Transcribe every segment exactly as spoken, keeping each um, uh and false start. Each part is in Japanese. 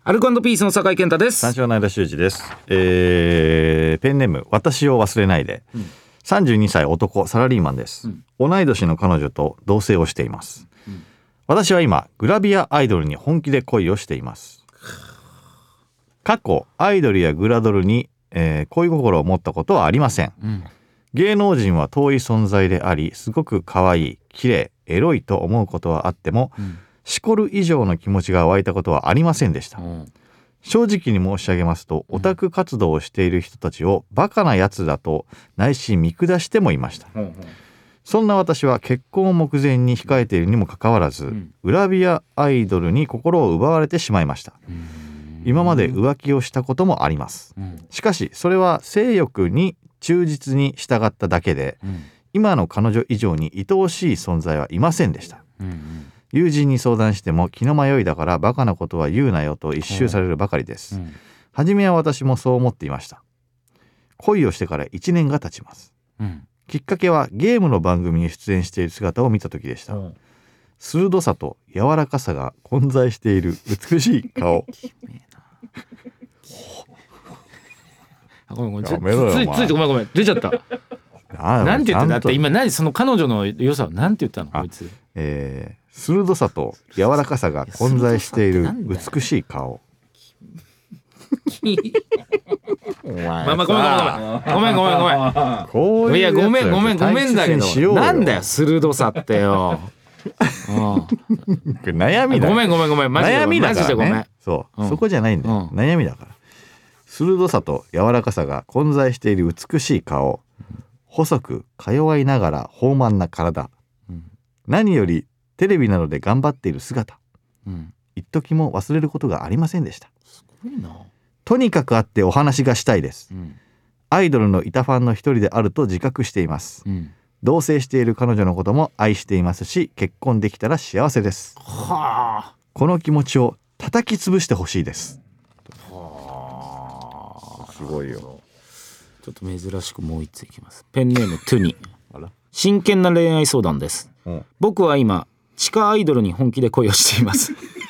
アルコ&ピースの酒井健太です。 三四郎の間修二です、えー、ペンネーム私を忘れないで、うん、さんじゅうにさい男サラリーマンです、うん、同い年の彼女と同棲をしています、うん、私は今グラビアアイドルに本気で恋をしています。過去アイドルやグラドルに、えー、恋心を持ったことはありません、うん、芸能人は遠い存在でありすごく可愛い綺麗エロいと思うことはあっても、うんしこる以上の気持ちが湧いたことはありませんでした、うん、正直に申し上げますとオタク活動をしている人たちをバカなやつだと内心見下してもいました、うんうん、そんな私は結婚を目前に控えているにもかかわらず、うん、グラビアアイドルに心を奪われてしまいました、うん、今まで浮気をしたこともあります、うん、しかしそれは性欲に忠実に従っただけで、うん、今の彼女以上に愛おしい存在はいませんでした、うんうん友人に相談しても気の迷いだからバカなことは言うなよと一蹴されるばかりです、うん、初めは私もそう思っていました。恋をしてからいちねんが経ちます、うん、きっかけはゲームの番組に出演している姿を見た時でした、うん、鋭さと柔らかさが混在している美しい顔ごめんごめんつ, つ, ついてごめんごめん出ちゃったなんて言っただって今何その彼女の良さをなんて言ったのこいつ、 えー、鋭さと柔らかさが混在している美しい顔まあまあごめんごめんごめんごめんごめんいやごめんごめんごめんだけどなんだよ鋭さってよ悩みだごめんごめんごめんマジで悩みだから、ね、 マジでごめんそう、うん、そこじゃないんだよ、うん、悩みだから鋭さと柔らかさが混在している美しい顔細くか弱いながら豊満な体、うん、何よりテレビなどで頑張っている姿、うん、一時も忘れることがありませんでした。 すごいな。 とにかく会ってお話がしたいです、うん、アイドルの板ファンの一人であると自覚しています、うん、同棲している彼女のことも愛していますし結婚できたら幸せです。はあ、この気持ちを叩き潰してほしいです。はあ、すごいよ。 ちょっと珍しくもう一ついきます。ペンネームトゥニ真剣な恋愛相談です、うん、僕は今地下アイドルに本気で恋をしています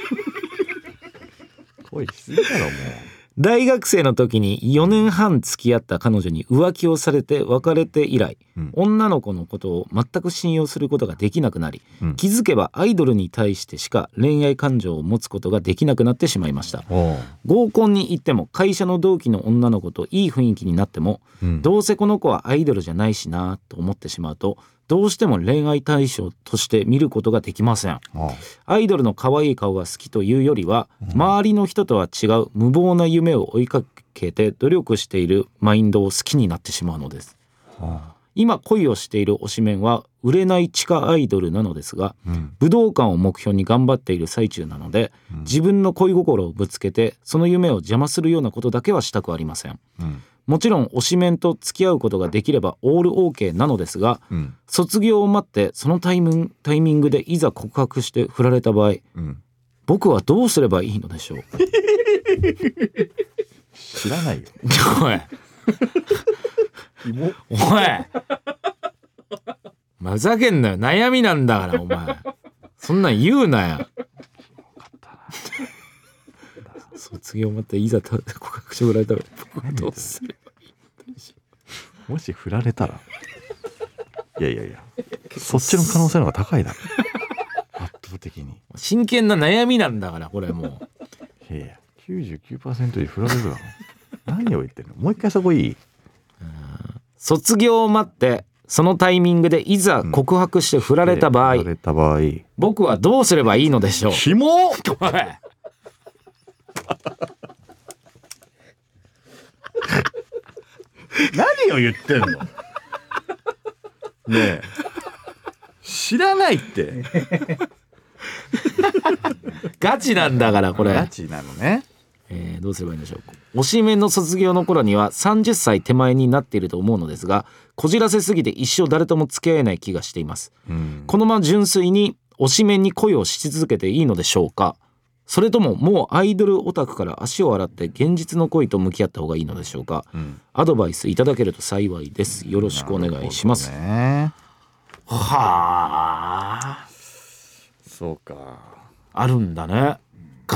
恋しすぎだろもう。 大学生の時によねんはん付き合った彼女に浮気をされて別れて以来、うん、女の子のことを全く信用することができなくなり、うん、気づけばアイドルに対してしか恋愛感情を持つことができなくなってしまいました。合コンに行っても会社の同期の女の子といい雰囲気になっても、うん、どうせこの子はアイドルじゃないしなと思ってしまうとどうしても恋愛対象として見ることができません。アイドルの可愛い顔が好きというよりは、うん、周りの人とは違う無謀な夢を追いかけて努力しているマインドを好きになってしまうのです、はあ、今恋をしている推しメンは売れない地下アイドルなのですが、うん、武道館を目標に頑張っている最中なので、うん、自分の恋心をぶつけてその夢を邪魔するようなことだけはしたくありません、うんもちろん推しメンと付き合うことができればオール OK なのですが、うん、卒業を待ってそのタイミング、タイミングでいざ告白して振られた場合、うん、僕はどうすればいいのでしょう知らないよおいおいふざけんなよ悩みなんだからお前そんなん言うなよ卒業待っていざ告白して振られたら僕はどうすればいいのでしょう。もし振られたらいやいやいやそっちの可能性の方が高いだろ圧倒的に真剣な悩みなんだからこれもういやいや きゅうじゅうきゅうパーセント で振られるだろ何を言ってんのもう一回そこいい。 卒業を待ってそのタイミングでいざ告白して振られた場合、うん、振られた場合僕はどうすればいいのでしょう。 キモ何を言ってんのねえ知らないってガチなんだからこれガチなのね、 えー、どうすればいいんでしょう。推しメンの卒業の頃にはさんじゅっさい手前になっていると思うのですがこじらせすぎて一生誰とも付き合えない気がしています、うん、このまま純粋に推しメンに恋をし続けていいのでしょうかそれとももうアイドルオタクから足を洗って現実の恋と向き合った方がいいのでしょうか、うん、アドバイスいただけると幸いです。よろしくお願いします。 ね、 はあそうかあるんだねガチ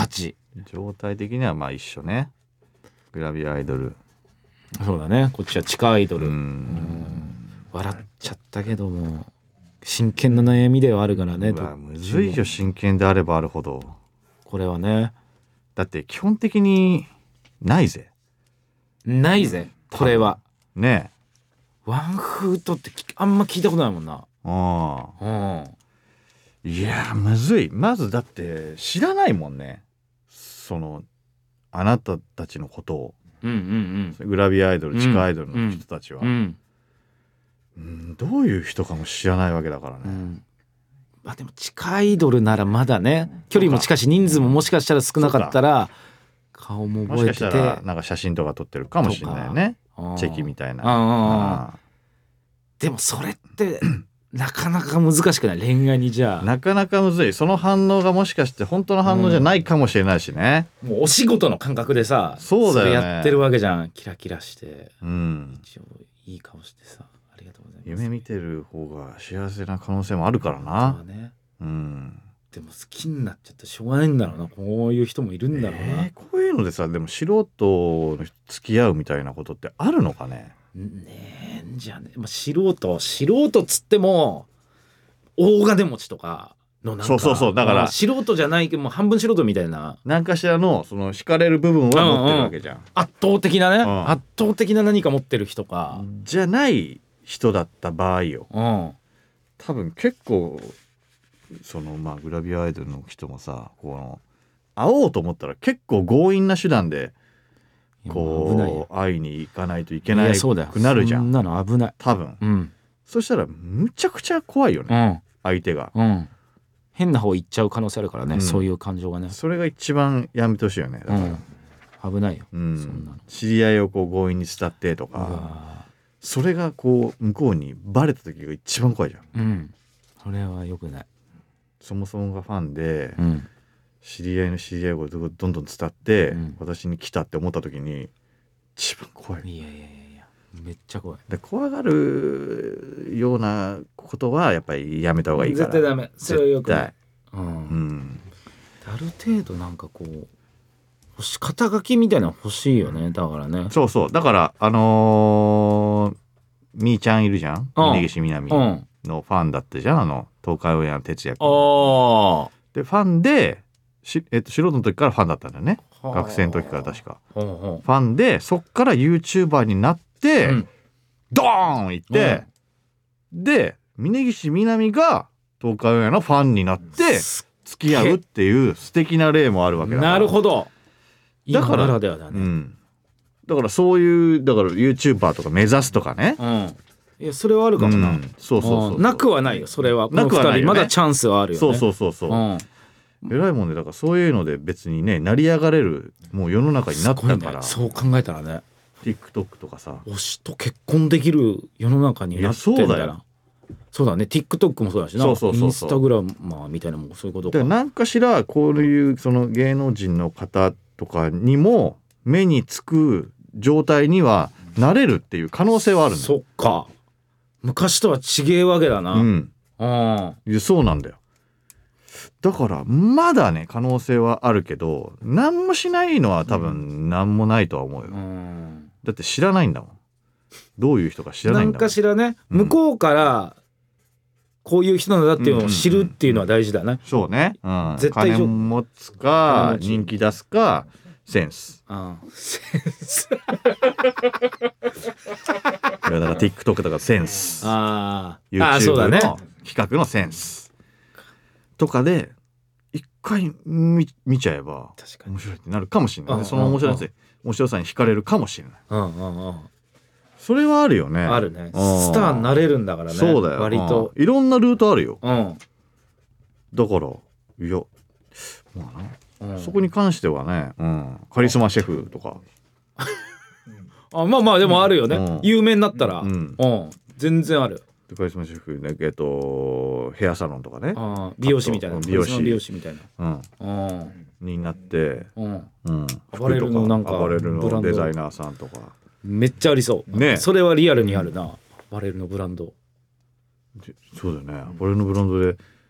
状態的にはまあ一緒ね。グラビアアイドル。 そうだね。こっちは地下アイドル。 うんうん笑っちゃったけども真剣な悩みではあるからね。 うわむずいよ、真剣であればあるほど。 これはね。 だって基本的にないぜ。 ないぜこれは。 ねワンフートってあんま聞いたことないもんな。 ああ、 うん、 いやむずい。まずだって知らないもんね、そのあなたたちのことを。 うんうんうん、 グラビアアイドル、地下アイドルの人たちは、 うんうんうん、どういう人かも知らないわけだからね、うん、 まあでも地下アイドルならまだね、距離も近し人数ももしかしたら少なかったら顔も覚えてて、もしかしたらなんか写真とか撮ってるかもしれないよね、チェキみたいな。 ああでもそれってなかなか難しくない？恋愛にじゃあなかなかむずい。その反応がもしかして本当の反応じゃないかもしれないしね、 うん、もうお仕事の感覚でさ、 そうだよね、 それやってるわけじゃん。キラキラして、 うん、 一応いい顔してさ、ありがとうございます。 夢見てる方が幸せな可能性もあるからな。 そうね、 うん、 でも好きになっちゃってしょうがないんだろうな。こういう人もいるんだろうな、 えー、こういうのでさ、でも素人の人付き合うみたいなことってあるのかね。 ねえんじゃね、まあ、素人素人っつっても大金持ちとかのなんか、 そうそうそう、だから、まあ、 素人じゃないけども半分素人みたいな何かしらのその惹かれる部分は持ってるわけじゃん、うんうん、 圧倒的なね、うん、圧倒的な何か持ってる人かじゃない人だった場合よ、うん、多分結構そのまあグラビアアイドルの人もさ、この会おうと思ったら結構強引な手段でこう会いに行かないといけないくなるじゃん。 そんなの危ない多分、 うん、 そしたらむちゃくちゃ怖いよね、うん、相手が、うん、 変な方行っちゃう可能性あるからね、うん、そういう感情がね。 それが一番やめてほしいよね。だから、 うん、危ないよ、 うん、そんなの知り合いをこう強引に伝ってとか、それがこう向こうにバレた時が一番怖いじゃん、うん、 それは良くない。そもそもがファンで、うん、知り合いの知り合いをどんどん伝って、うん、私に来たって思った時に一番怖い。 いやいやいやいやめっちゃ怖い。 で怖がるようなことはやっぱりやめた方がいいから。 絶対ダメ。それはよくない。 うん、うん、 ある程度なんかこう星肩書きみたいなの欲しいよね。だからね。 そうそうだからあのー、みーちゃんいるじゃん、峯岸みなみのファンだったじゃん、あの東海オンエアの哲也君。あでファンでし、えっと、素人の時からファンだったんだよね。学生の時から確かファンで、そっから YouTuber になって、うん、ドーン行って、うん、で峯岸みなみが東海オンエアのファンになって付き合うっていう素敵な例もあるわけだから。 なるほど。 だから今ではだね、うん、 だからそういうだから YouTuber とか目指すとかね、うん、 いやそれはあるかもな、うん、 そうそうそう、 なくはないよ。それはこのふたりまだチャンスはあるよね。 そうそうそうそう、うん偉いもんで、だからそういうので別にね成り上がれるもう世の中になったから、ね、 そう考えたらね TikTok とかさ推しと結婚できる世の中になってんだよ。そうだよ。そうだね TikTok もそうだしな。そうそうそうそうインスタグラマーみたいなもそういうことか。 なんかしらこういうその芸能人の方とかにも目につく状態にはなれるっていう可能性はあるの。 そっか昔とは違えわけだな。うん、 あいやそうなんだよ。だからまだね可能性はあるけど何もしないのは多分何もないとは思うよ、うん、だって知らないんだもん。どういう人か知らないんだもん。 何かしらね、うん、向こうからこういう人なんだっていうのを知るっていうのは大事だね、うんうんうん、 そうね、うん、絶対金持つか人気出すかセンス、うん、センスいやだから TikTok とかセンス、あ YouTube の企画のセンスとかで一回 見, 見ちゃえば面白いってなるかもしれない、うん、その面白さ、うん、面白さに惹かれるかもしれない、うんうんうん、それはあるよね。 あるね。スターになれるんだからね。 そうだよ。割といろんなルートあるよ、うん、だからいやまあな、うん、そこに関してはね、うん、カリスマシェフとかあまあまあでもあるよね、うん、有名になったら、うんうん、全然ある。 カリスマシェフね、えっとヘアサロンとかね、 あ美容師みたいな、 美容師美容師みたいな、うん、 になって、うんうん、 アパレルのなんかアパレルのデザイナーさんとかめっちゃありそうね。それはリアルにあるな、アパレルのブランド。 そうだよね、アパレルのブランドで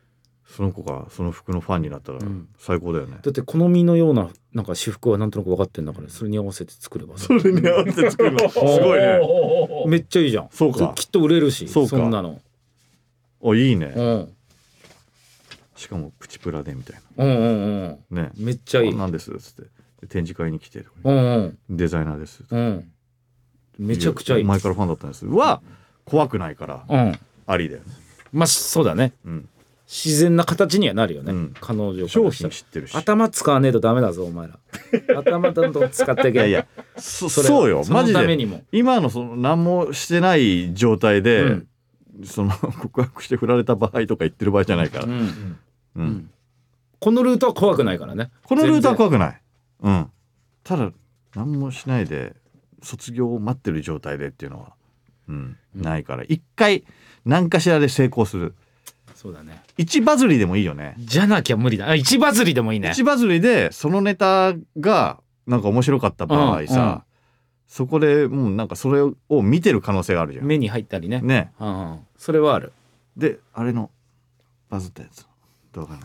その子がその服のファンになったら最高だよね、うん、 だって好みのようななんか私服はなんとなく分かってんだから、それに合わせて作ればそれに合わせて作るのすごいねめっちゃいいじゃん。 そうか、 きっと売れるし、 そうか、 そんなの。 おいいね、 うん、 しかもプチプラでみたいな、 うんうんうん、ね、めっちゃいい。 なんですっつって展示会に来てる、 うんうん、 デザイナーです、 うん、めちゃくちゃいい。 前からファンだったんですは怖くないから、うん、ありだよね。 まあそうだね、うん、自然な形にはなるよね、うん、彼女商品知ってるし頭使わねえとダメだぞお前ら頭どんどん使っていけ。いやいやそ, そうよマジで今のその何もしてない状態で、うん、その告白して振られた場合とか言ってる場合じゃないから、うんうんうん、 このルートは怖くないからね。 このルートは怖くない、うん、ただ何もしないで卒業を待ってる状態でっていうのは、うんうん、ないから一回何かしらで成功する。 そうだね、 一バズりでもいいよね。 じゃなきゃ無理だ。一バズりでもいいね。 一バズりでそのネタがなんか面白かった場合さ、うんうん、そこでもうなんかそれを見てる可能性があるじゃん。 目に入ったりね。 ね、 うんうん、それはある。 であれのバズったやつ動画の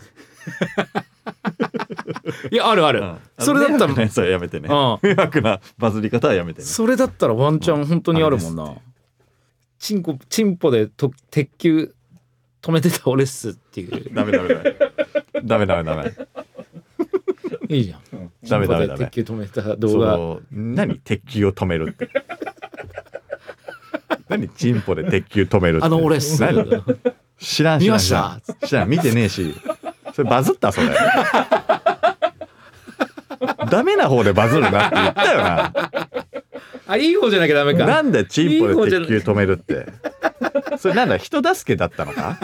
いやあるある、うん、それだったら迷惑なやめてね、うん、迷惑なバズり方はやめてね。 それだったらワンチャン本当にあるもんな、うん、チンコチンポでと鉄球止めてた俺っすっていう。 ダメダメダメダメダメダメいいじゃん、うん、 ダメダメダメ。 鉄球止めた動画。 何鉄球を止めるって何チンポで鉄球止めるって。 あの俺っす。 知らん知らん見ました。 知らん見てねえしそれバズったそれダメな方でバズるなって言ったよな。 あ、いい方じゃなきゃダメか。 なんだチンポで鉄球止めるってそれなんだ人助けだったのか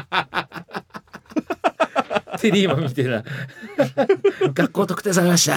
テリーマンみたいな学校特定されました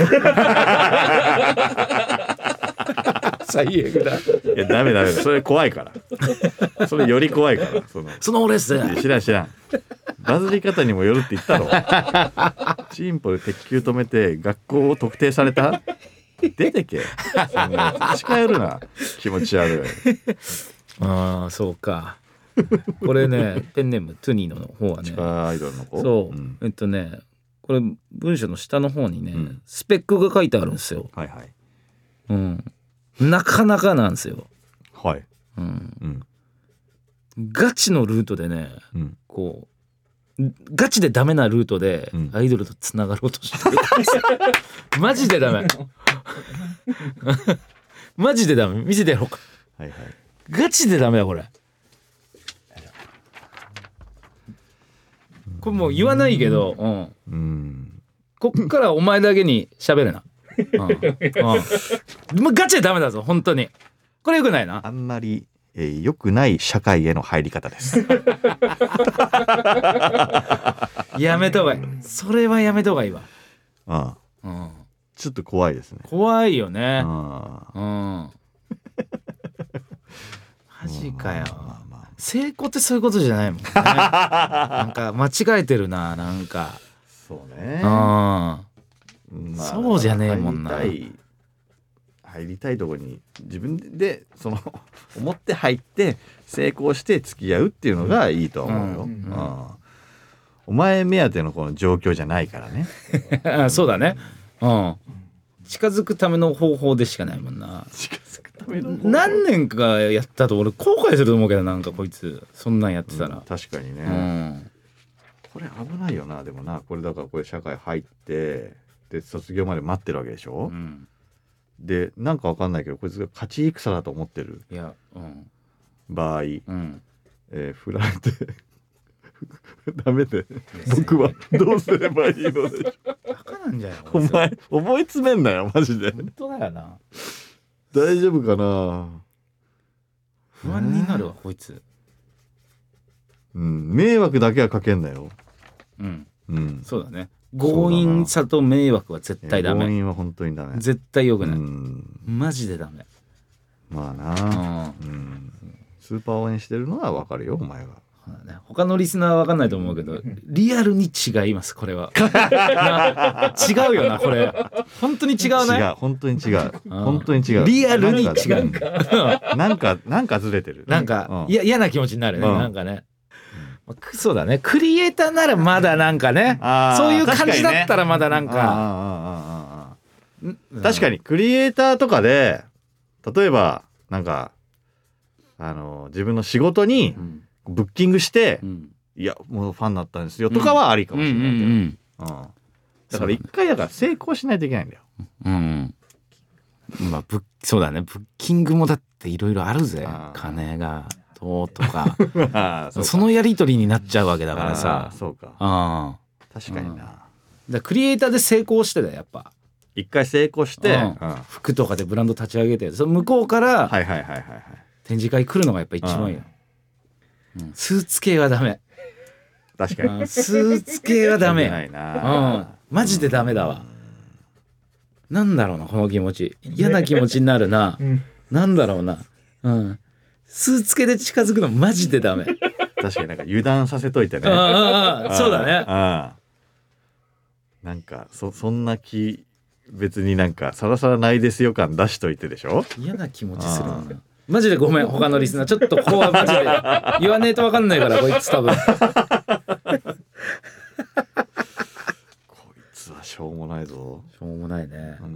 最悪だ。 いやダメダメそれ怖いからそれより怖いからそのその俺っす。 知らん知らんバズり方にもよるって言ったろチンポで鉄球止めて学校を特定された出てけそんなやつ近寄るな気持ち悪いああそうかこれねペンネームトゥニーの方はね地下アイドルの子そう、うん、えっとねこれ文章の下の方にね、うん、スペックが書いてあるんですよ。 はいはい、 うん、なかなかなんですよ。 はい、 うんうん、ガチのルートでね、うん、こうガチでダメなルートでアイドルとつながろうとしてる、うん、マジでダメマジでダメ見せてやろうか、はいはい、ガチでダメだこれ。これもう言わないけど、うんうん、こっからお前だけに喋るな、うんうん、もうガチでダメだぞ本当に。これよくないな。 あんまり、えー、よくない社会への入り方ですやめた方がいい。それはやめた方がいいわ。 ああ、うん、ちょっと怖いですね。 怖いよね。ああ、うん、マジかよ。成功ってそういうことじゃないもんねなんか間違えてるな。なんかそうね、 うん、まあ、そうじゃねえもんな。 入りたい入りたいとこに自分でその思って入って成功して付き合うっていうのがいいと思うよ、うんうんうん、お前目当てのこの状況じゃないからねそうだね、うん、近づくための方法でしかないもんな。近づくための方法何年かやったと俺後悔すると思うけど、なんかこいつそんなんやってたら、うん、 確かにね、うん、これ危ないよな。でもなこれだからこれ社会入ってで卒業まで待ってるわけでしょ、うん、でなんかわかんないけどこいつが勝ち戦だと思ってるいや、うん、 場合、うんえー、振られてダメで僕はどうすればいいのでしょう。 バカなんじゃないお前思い詰めんなよマジで。 本当だよな。 大丈夫かな。 不安になるわ、えー、こいつ。 うん迷惑だけはかけんなよ。 うん、うん、そうだね。強引さと迷惑は絶対ダメ。 強引は本当にダメ。 絶対良くない、うん、マジでダメ。 まあな、うんうん、スーパー応援してるのは分かるよお前が。 ね、他のリスナーは分かんないと思うけどリアルに違いますこれは違うよなこれ本当に違うね。 違う本当に違う本当に違うリアルに違うなんかなんかずれてるなんか、うん、いや嫌な気持ちになるね、うん、なんかねそうだね、クリエイターならまだなんかね、そういう感じだったらまだなんか、 確かにクリエイターとかで例えばなんかあの自分の仕事にブッキングして、うん、いやもうファンになったんですよとかはありかもしれないけど、うんうんうんうん、だから一回だから成功しないといけないんだよ。うん、 まあ、ブそうだね、ブッキングもだっていろいろあるぜ、金がどうとかそ, そのやり取りになっちゃうわけだからさ。 あそうか、 あ確かにな、 だクリエイターで成功してだよやっぱ一回成功して、うんうん、服とかでブランド立ち上げてその向こうからはいはいはいはい、はい、 展示会来るのがやっぱ一番いいよ、うん、スーツ系はダメ。 確かにスーツ系はダメないな、 うん、マジでダメだわ。なんだろうなこの気持ち、嫌な気持ちになるな、うん、なんだろうな、うん、スーツ系で近づくのマジでダメ。 確かになんか油断させといてね。 ああそうだね。 あなんか そ, そんな気別になんかさらさらないですよ感出しといてでしょ。 嫌な気持ちするなマジで。ごめん他のリスナーちょっとここはマジで言わねえと分かんないからこいつ多分しょうもないぞ。 しょうもないね。うん、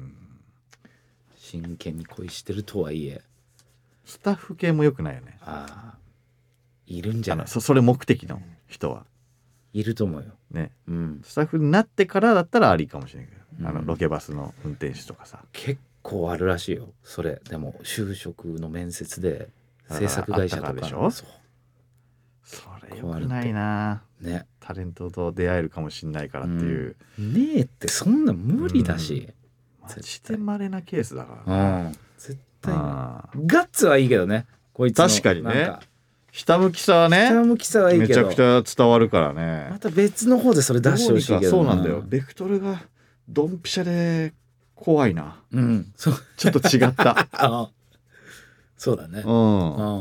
真剣に恋してるとはいえスタッフ系も良くないよね。 ああいるんじゃない。 そ, それ目的の人はいると思うよ、 ね、うん、スタッフになってからだったらありかもしれないけど、うん、あのロケバスの運転手とかさ結構あるらしいよそれ。でも就職の面接で制作会社とかでしょ。そうそれ良くないな、ね、タレントと出会えるかもしれないからっていう、 うん、ねえってそんな無理だし、 うん、マジで稀なケースだから、 うん、絶対ガッツはいいけどねこいつの。 確かにねひたむきさはねひたむきさはいいけどめちゃくちゃ伝わるからね。 また別の方でそれ出してほしいけどな。 そうなんだよベクトルがドンピシャで怖いな、 うん、そうちょっと違ったあそうだね、 うん、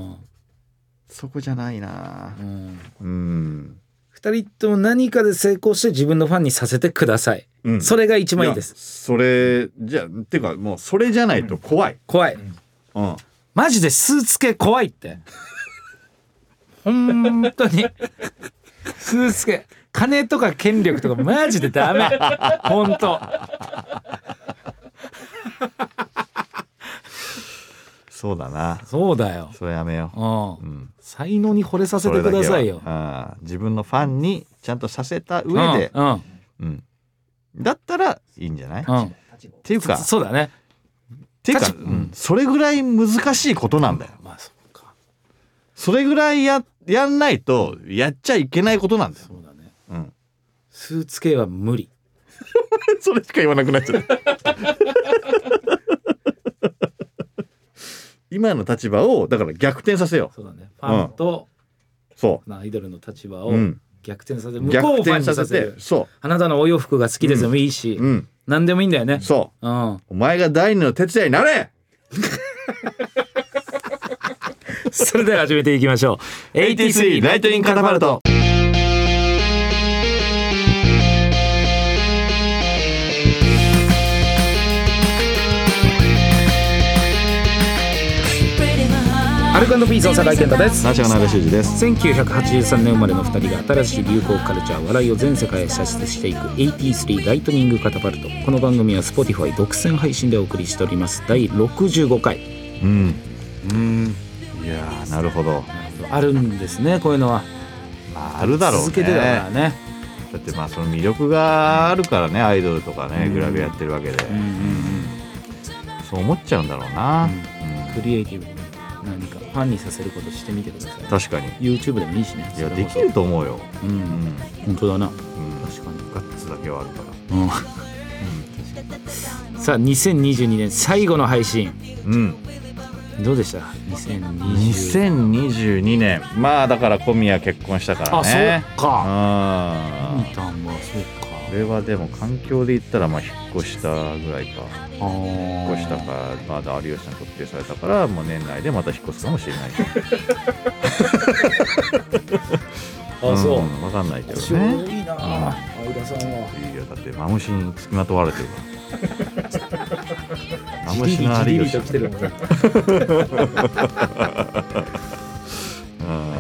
うんそこじゃないな、うんうん、 ふたりとも何かで成功して自分のファンにさせてください、うん、それが一番いいです。 それじゃっていうかもうそれじゃないと怖い、うん、 怖い、うん、マジでスーツ系怖いって本当にスーツ系金とか権力とかマジでダメ本当そうだな。 そうだよ。 それやめよう、 うん、才能に惚れさせてくださいよ。 あ自分のファンにちゃんとさせた上で、うんうん、だったらいいんじゃない、うん、っていうかそうだねっていうか、うん、それぐらい難しいことなんだよ、まあ、そうかそれぐらい や, やんないとやっちゃいけないことなんだよ。 そうだね、うん、スーツ系は無理それしか言わなくなっちゃった今の立場をだから逆転させよう。 そうだね。ファンと、うん、そうアイドルの立場を逆転させる、うん、向こうをファンにさせる。そうあなたのお洋服が好きですでもいいし、うん、何でもいいんだよね。 そう、うん、お前が第二の哲也になれそれでは始めていきましょう。エイティースリーライトニングカタパルト。アルコ&ピースの酒井健太です。 ナショナル修二です。 せんきゅうひゃくはちじゅうさんねん生まれのふたりが新しい流行カルチャー笑いを全世界へ射出していくエイティースリーライトニングカタパルト。この番組は Spotify 独占配信でお送りしております。だいろくじゅうごかい。 うんうんいやーなるほどあるんですねこういうのは。 まああるだろうね。 続けてだからね。 だってまあその魅力があるからねアイドルとかね、うん、グラビアやってるわけで、うんうんうん、そう思っちゃうんだろうな、うん、 クリエイティブ何かファンにさせることしてみてください。 確かに YouTube でもいいしね。 いやできると思うよ、 うんうん、本当だな、うん、 確かにガッツだけはあるから、うんうん、さあにせんにじゅうにねん最後の配信、 うん、 どうでした？にせんにじゅうにねんまあだから小宮結婚したからね。 あそうかあ見たんはそうか。 これはでも環境で言ったらまあ引っ越したぐらいか。引っ越したからまだ有吉さん特定されたからもう年内でまた引っ越すかもしれないあそう、うん、 分かんないけどね。 いいな相田さんは。 いいよだってマムシに付きまとわれてるからマムシの有吉さんじりじりと来てるもんね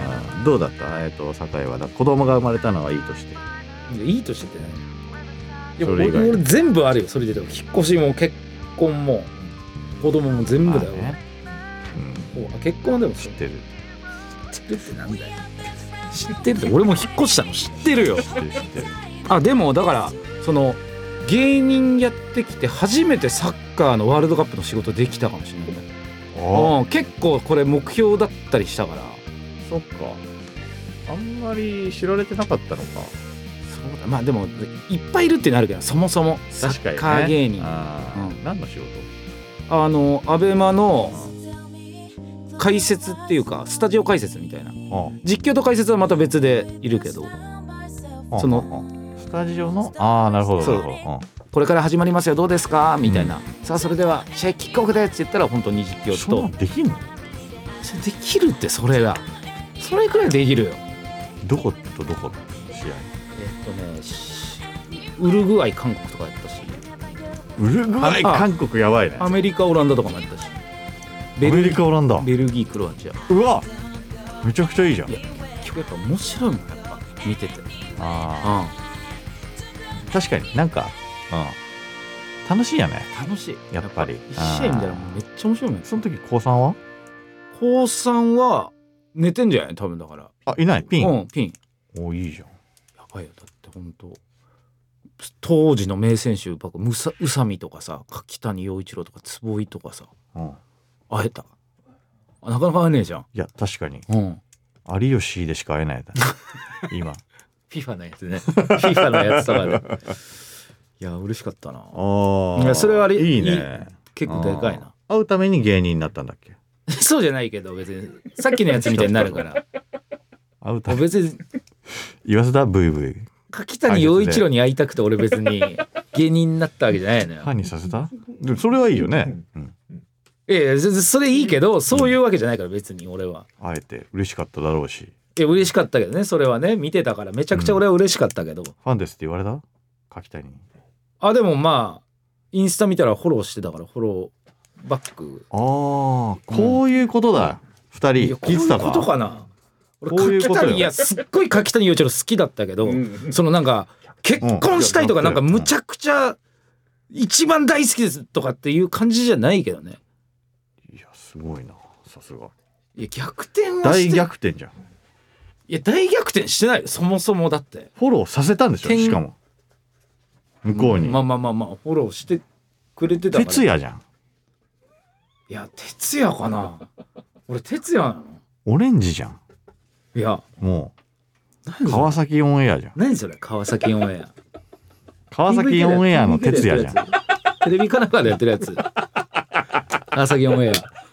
どうだった？えっと酒井はだ子供が生まれたのはいいとして。 いいとしてってね。いや俺, 俺全部あるよ。それで言うと引っ越しも結婚も子供も全部だよ。ねうん、結婚はでも知ってる。 知ってるってなんだよ。知ってるって俺も引っ越したの知ってるよ。 知ってる知ってる。 あでもだからその芸人やってきて初めてサッカーのワールドカップの仕事できたかもしれないね。ああ結構これ目標だったりしたから。 そっか。あんまり知られてなかったのか。 そうだまあでもいっぱいいるってなるけどそもそもサッカー芸人、ねうん、何の仕事？ あのアベマの解説っていうかスタジオ解説みたいな、実況と解説はまた別でいるけど、そのスタジオのああなるほどなるほど、 これから始まりますよどうですかみたいな、うん、さあそれでは試合キックオフでって言ったら本当に実況とそんなできんの？ それできるってそれがそれくらいできるよ。 どことどこの試合？ えっとねウルグアイ韓国とかやったし。 ウルグアイ韓国やばいね。 アメリカオランダとかもやったし。 ベルアメリカオランダベルギークロアチア。 うわめちゃくちゃいいじゃん。いや結構やっぱ面白いもんやっぱ見てて。 ああ、うん、確かになんか、うん、楽しいよね。 楽しいやっぱり一試合見たらもうめっちゃ面白いもん。 その時高さんは高さんは寝てんじゃない多分だから。 あいないピン。 うんピン。 おいいじゃん。 やばいよだって本当当時の名選手ばっか宇佐美とかさ柿谷陽一郎とか坪井とかさ、うん、会えた。なかなか会えねえじゃん。 いや確かに、 うん、 有吉でしか会えない今 FIFA のやつねFIFA のやつとかでいや嬉しかったな。あいやそれはあれいいね。 結構でかいな。 会うために芸人になったんだっけ？ そうじゃないけど別にさっきのやつみたいになるから会うため別に言わせたブイブイ柿谷陽一郎に会いたくて俺別に芸人になったわけじゃないのよ。 ファンにさせた？でもそれはいいよね、うん、 ええそれいいけどそういうわけじゃないから別に俺は、 うん、会えて嬉しかっただろうし。 いや嬉しかったけどねそれはね見てたからめちゃくちゃ俺は嬉しかったけど、うん、 ファンですって言われた？柿谷に。 あでもまあインスタ見たらフォローしてたからフォローバック。 ああこういうことだ、うん、ふたり聞いてたか。 こういうことかな。俺柿谷いやすっごい柿谷陽一郎好きだったけど、うん、そのなんか結婚したいとかなんかむちゃくちゃ一番大好きですとかっていう感じじゃないけどね。 いやすごいなさすが。 いや逆転は大逆転じゃん。 いや大逆転してないそもそも。だってフォローさせたんでしょしかも向こうに、 うん、まあまあまあまあフォローしてくれてたから。 哲也じゃん。 いや哲也かな俺哲也なの？ オレンジじゃん。 いやもう川崎オンエアじゃん。 何それ川崎オンエア川崎オンエアの哲也じゃん。 テレビかなんかでやってるやつ川崎オンエア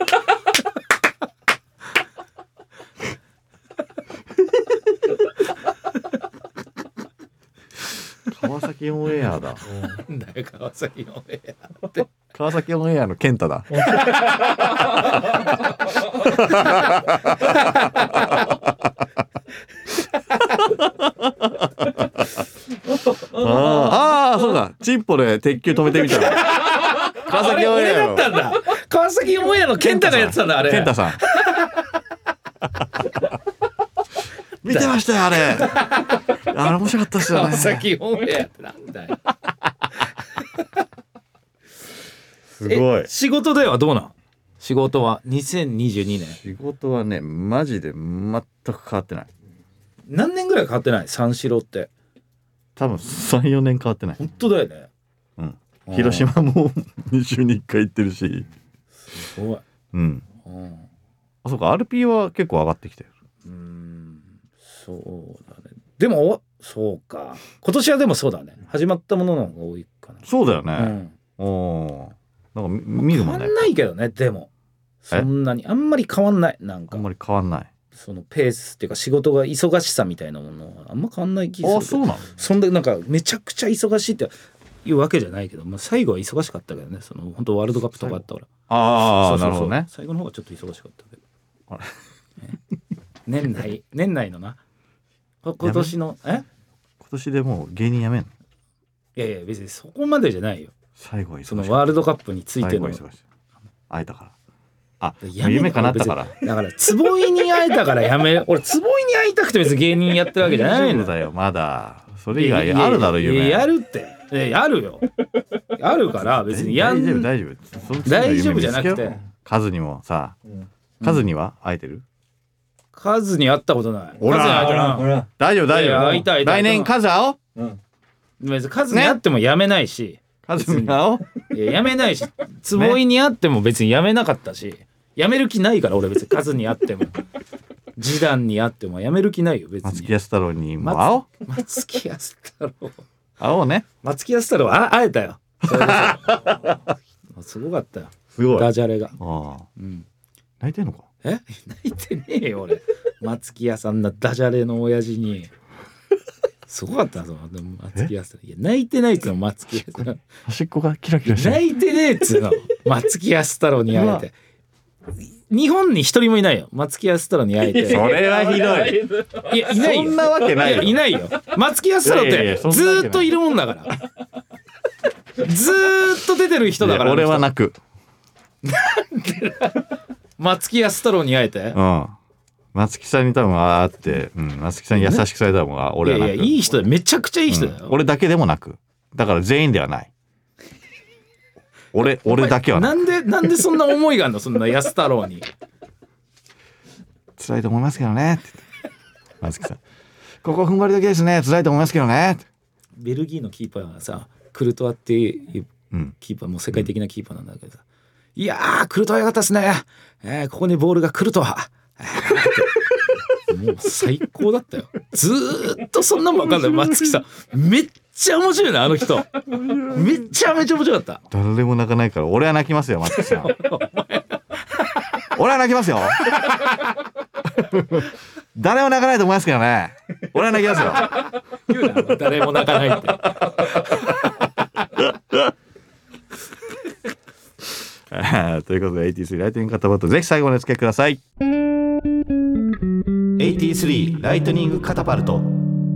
川崎オンエアだ。 なんだよ川崎オンエアって川崎オンエアの健太だああそうだチンポで鉄球止めてみたら川崎オンエアのだったんだ。川崎オンエアの健太がやってたんだあれ。 健太さん見てましたよあれあれ面白かったっすよね。 川崎オンエアってなんだよすごい。 仕事ではどうなん？仕事はにせんにじゅうにねん。 仕事はねマジで全く変わってない。 何年ぐらい変わってない？三四郎って多分 さん,よ 年変わってない。 本当だよね。 うん。広島もに週にいっかい行ってるし。 すごい。 うん。あそうか アールピー は結構上がってきてる。 うーんそうだね。でもそうか今年はでもそうだね始まったものの方が多いかな。 そうだよね。うん、おなんか見るもんね。 変わんないけどねでもそんなにあんまり変わんない。なんかあんまり変わんない。 そのペースっていうか仕事が忙しさみたいなものはあんま変わんない気がする。 あそうなの？ そんでなんかめちゃくちゃ忙しいっていうわけじゃないけど、まあ、最後は忙しかったけどね。その本当ワールドカップとかあったから。 ああなるほどね。 最後の方がちょっと忙しかったけど。あれ、ね、年内年内のな今年のえ今年でもう芸人やめんの？ いやいや別にそこまでじゃないよ。 最後は忙しい。 そのワールドカップについての会えたからあ夢叶ったからだから坪井に会えたからやめ俺坪井に会いたくて別に芸人やってるわけじゃないのだよまだそれ以外あるだろ夢やるってやるよあるから別にやん大丈夫大丈夫大丈夫じゃなくてカズにもさ、うん、カズには会えてるカズに会ったことないほら大丈夫大丈夫会いたい来年カズ会おう、うん、 別にカズに会ってもやめないし、ね、 カズに会おういややめないし坪井に会っても別にやめなかったし、ね、やめる気ないから俺別にカズに会っても示談に会ってもやめる気ないよ別に松木安太郎にも会おう松木安太郎会おうね松木安太郎あ会えたよすごかったよすごいダジャレがあ、うん、泣いてんのかえ泣いてねえよ俺松木屋さんなダジャレの親父にすごかったぞ松木屋さんいや泣いてないっつうの松木屋さん端っこがキラキラして泣いてねえっつうの松木安太郎に会えて日本に一人もいないよ松木安太郎に会えてそれはひどいいやいないよそんなわけないよいないよ松木安太郎ってずーっといるもんだからずーっと出てる人だから俺は泣くなんで松木安太郎に会えてうん松木さんに多分会って、うん、松木さんに優しくされたもんが俺は泣くいやいやいい人だめちゃくちゃいい人だよ、 うん、俺だけでも泣くだから全員ではない俺俺だけはなんでなんでそんな思いがあるのそんな安太郎に辛いと思いますけどねって松木さんここ踏ん張りだけですね辛いと思いますけどねベルギーのキーパーがさクルトワっていうキーパー、うん、もう世界的なキーパーなんだけどさ、うん、いやークルトワ良かったですね、えー、ここにボールが来るとは、えー、もう最高だったよずーっとそんなもん分かんない松木さんめっちゃ面白いなあの人めちゃめちゃ面白かった誰でも泣かないから俺は泣きますよ松木さん俺は泣きますよ誰も泣かないと思いますけどね俺は泣きますよ言うな誰も泣かないってということでエイティースリーライトニングカタパルトぜひ最後までお付き合いください。エイティースリーライトニングカタパルト。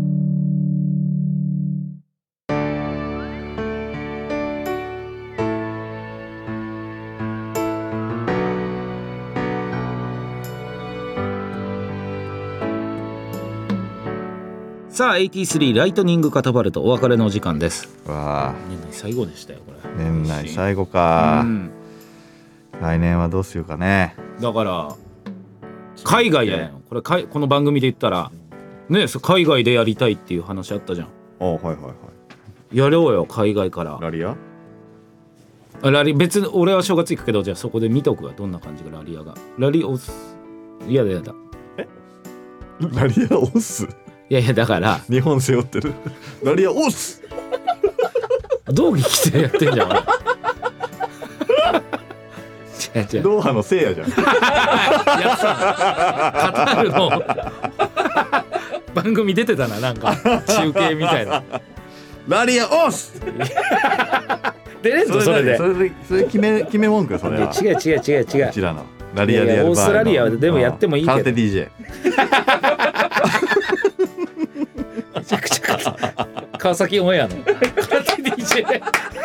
さあエイティースリーライトニングカタパルトお別れのお時間です。 わあ年内最後でしたよこれ。 年内最後か、うん、来年はどうしようかね。 だから海外やんこれかこの番組で言ったらね海外でやりたいっていう話あったじゃん。 あはいはいはいやろうよ海外から。 ラリアあラリ別に俺は正月行くけどじゃあそこで見とくわどんな感じかラリアがラリオス嫌だ嫌だえラリアオスいやいやだから日本背負ってるラリアオス道着着てやってんじゃん俺違う違うドーハのせいやじゃんやつさカタールの番組出てたななんか中継みたいなラリアオス出れんぞそれでそれでそれ決め決め文句それは違う違う違う違うこちらのラリアでやる場合のオーストラリアでもやってもいいけど空手 ディージェーめちゃくちゃ川崎オンエアの空手 ディージェー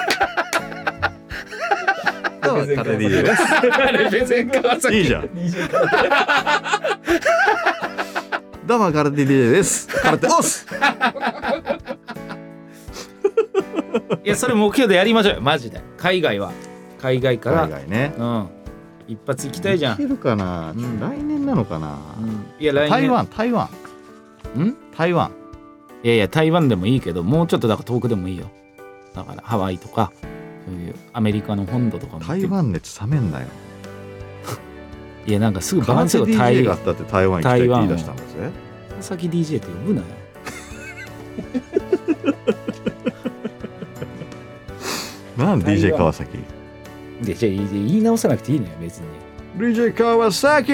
空手 ディージェー ですレペゼン川崎いいじゃんどうも空手 ディージェー です空手オスいやそれ目標でやりましょうよマジで海外は海外から海外ねうん一発行きたいじゃん。 いけるかな、うん、来年なのかな、 うん、いや来年台湾台湾ん台湾いやいや台湾でもいいけどもうちょっとだから遠くでもいいよだからハワイとかそういうアメリカの本土とかも台湾熱冷めんなよいやなんかすぐバランスが台湾 ディージェー があったって台湾行きたいって言い出したんだぜ川崎 ディージェー って呼ぶなよなん ディージェー 川崎でじゃあ言い直さなくていいのよ別にディージェー 川崎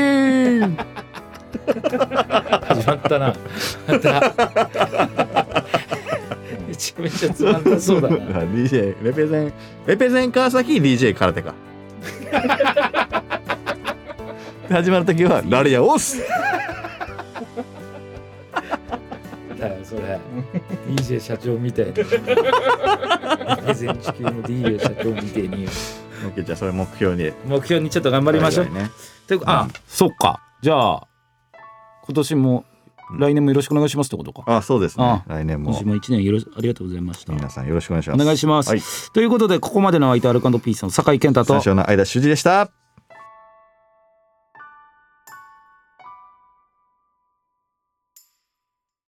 始まったなまためちゃめちゃつまんなそうだな ディージェー レペゼンレペゼン川崎 ディージェー 空手か始まるときはラリアオスだよそれ ディージェー 社長みたいなレペゼン地球の ディージェー 社長みたいに OK じゃあそれ目標に目標にちょっと頑張りましょう、 ね、 てあ、うん、そっかじゃあ今年も来年もよろしくお願いしますってことか。 あ、そうですね。来年も今年も一年よろありがとうございました。 皆さんよろしくお願いします。 お願いします、はい、ということでここまでの相手アルコ&ピースの酒井健太と三四郎の間修二でした。